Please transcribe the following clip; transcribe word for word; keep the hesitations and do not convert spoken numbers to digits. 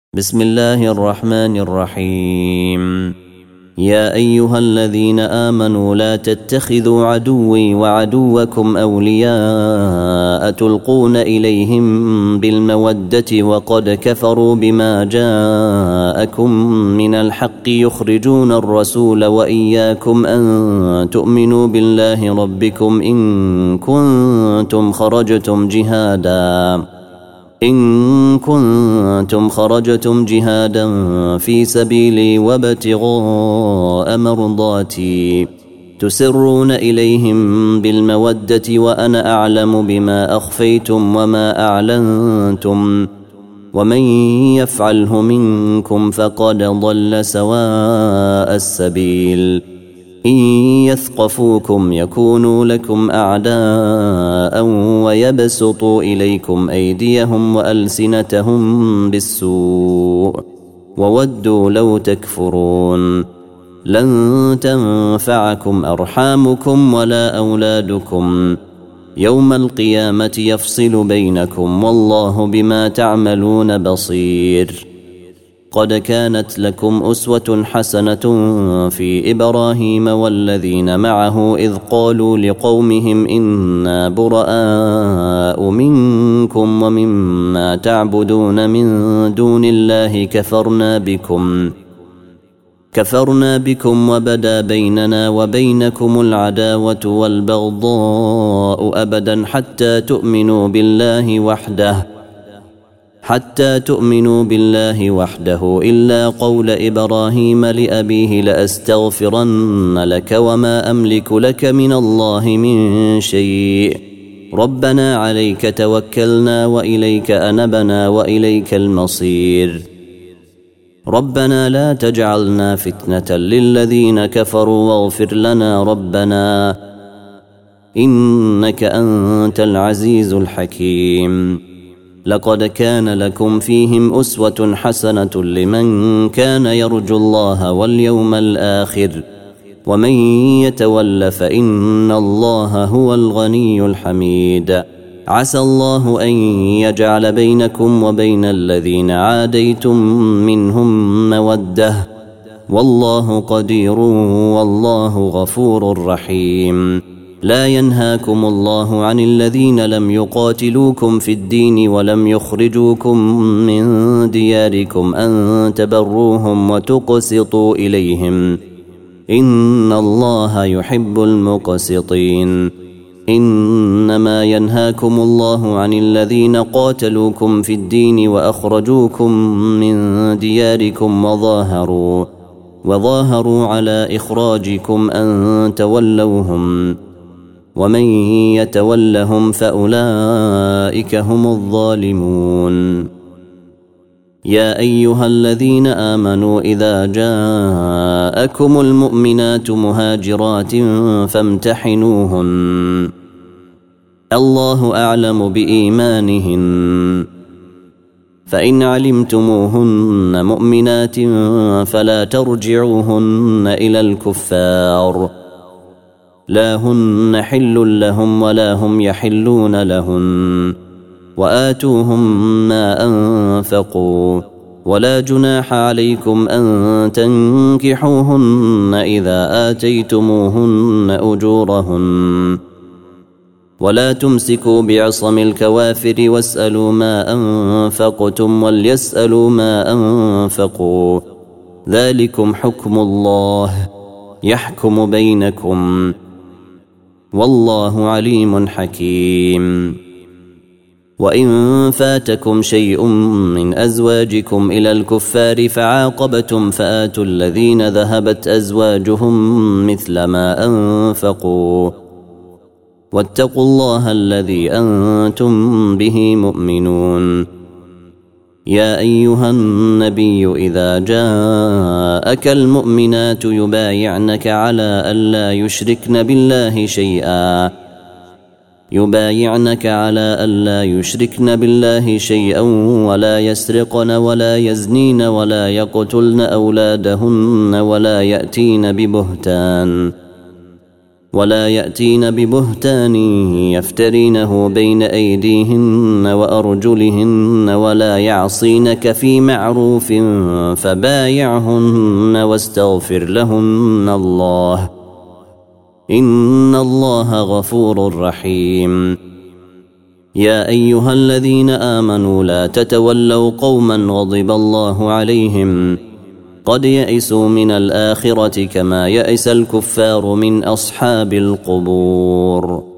بسم الله الرحمن الرحيم. يا أيها الذين آمنوا لا تتخذوا عدوي وعدوكم أولياء تلقون إليهم بالمودة وقد كفروا بما جاءكم من الحق يخرجون الرسول وإياكم أن تؤمنوا بالله ربكم إن كنتم خرجتم جهادا إن كنتم خرجتم جهادا في سبيلي وابتغاء مرضاتي تسرون إليهم بالمودة وأنا أعلم بما أخفيتم وما أعلنتم ومن يفعله منكم فقد ضل سواء السبيل إن يثقفوكم يكونوا لكم أعداء ويبسطوا إليكم أيديهم وألسنتهم بالسوء وودوا لو تكفرون لن تنفعكم أرحامكم ولا أولادكم يوم القيامة يفصل بينكم والله بما تعملون بصير. قد كانت لكم أسوة حسنة في إبراهيم والذين معه إذ قالوا لقومهم إنا براء منكم ومما تعبدون من دون الله كفرنا بكم كفرنا بكم وبدا بيننا وبينكم العداوة والبغضاء أبدا حتى تؤمنوا بالله وحده حتى تؤمنوا بالله وحده إلا قول إبراهيم لأبيه لأستغفرن لك وما أملك لك من الله من شيء ربنا عليك توكلنا وإليك أنبنا وإليك المصير ربنا لا تجعلنا فتنة للذين كفروا واغفر لنا ربنا إنك أنت العزيز الحكيم. لقد كان لكم فيهم أسوة حسنة لمن كان يرجو الله واليوم الآخر ومن يتول فإن الله هو الغني الحميد. عسى الله أن يجعل بينكم وبين الذين عاديتم منهم مودة والله قدير والله غفور رحيم. لا ينهاكم الله عن الذين لم يقاتلوكم في الدين ولم يخرجوكم من دياركم أن تبروهم وتقسطوا إليهم إن الله يحب المقسطين. إنما ينهاكم الله عن الذين قاتلوكم في الدين وأخرجوكم من دياركم وظاهروا وظاهروا على إخراجكم أن تولوهم ومن يتولهم فأولئك هم الظالمون. يا أيها الذين آمنوا إذا جاءكم المؤمنات مهاجرات فامتحنوهن الله أعلم بإيمانهن فإن علمتموهن مؤمنات فلا ترجعوهن إلى الكفار لا هن حل لهم ولا هم يحلون لهن وآتوهم ما أنفقوا ولا جناح عليكم أن تنكحوهن إذا آتيتموهن أجورهن ولا تمسكوا بعصم الكوافر واسألوا ما أنفقتم وليسألوا ما أنفقوا ذلكم حكم الله يحكم بينكم والله عليم حكيم. وإن فاتكم شيء من أزواجكم إلى الكفار فعاقبتم فآتوا الذين ذهبت أزواجهم مثل ما أنفقوا واتقوا الله الذي أنتم به مؤمنون. يا أيها النبي إذا جاءك المؤمنات يبايعنك على ألا يشركن بالله شيئا يبايعنك على ألا يشركن بالله شيئا ولا يسرقن ولا يزنين ولا يقتلن أولادهن ولا يأتين ببهتان ولا يأتين ببهتان يفترينه بين أيديهن وأرجلهن ولا يعصينك في معروف فبايعهن واستغفر لهن الله إن الله غفور رحيم. يا أيها الذين آمنوا لا تتولوا قوما غضب الله عليهم قد يئسوا من الآخرة كما يئس الكفار من أصحاب القبور.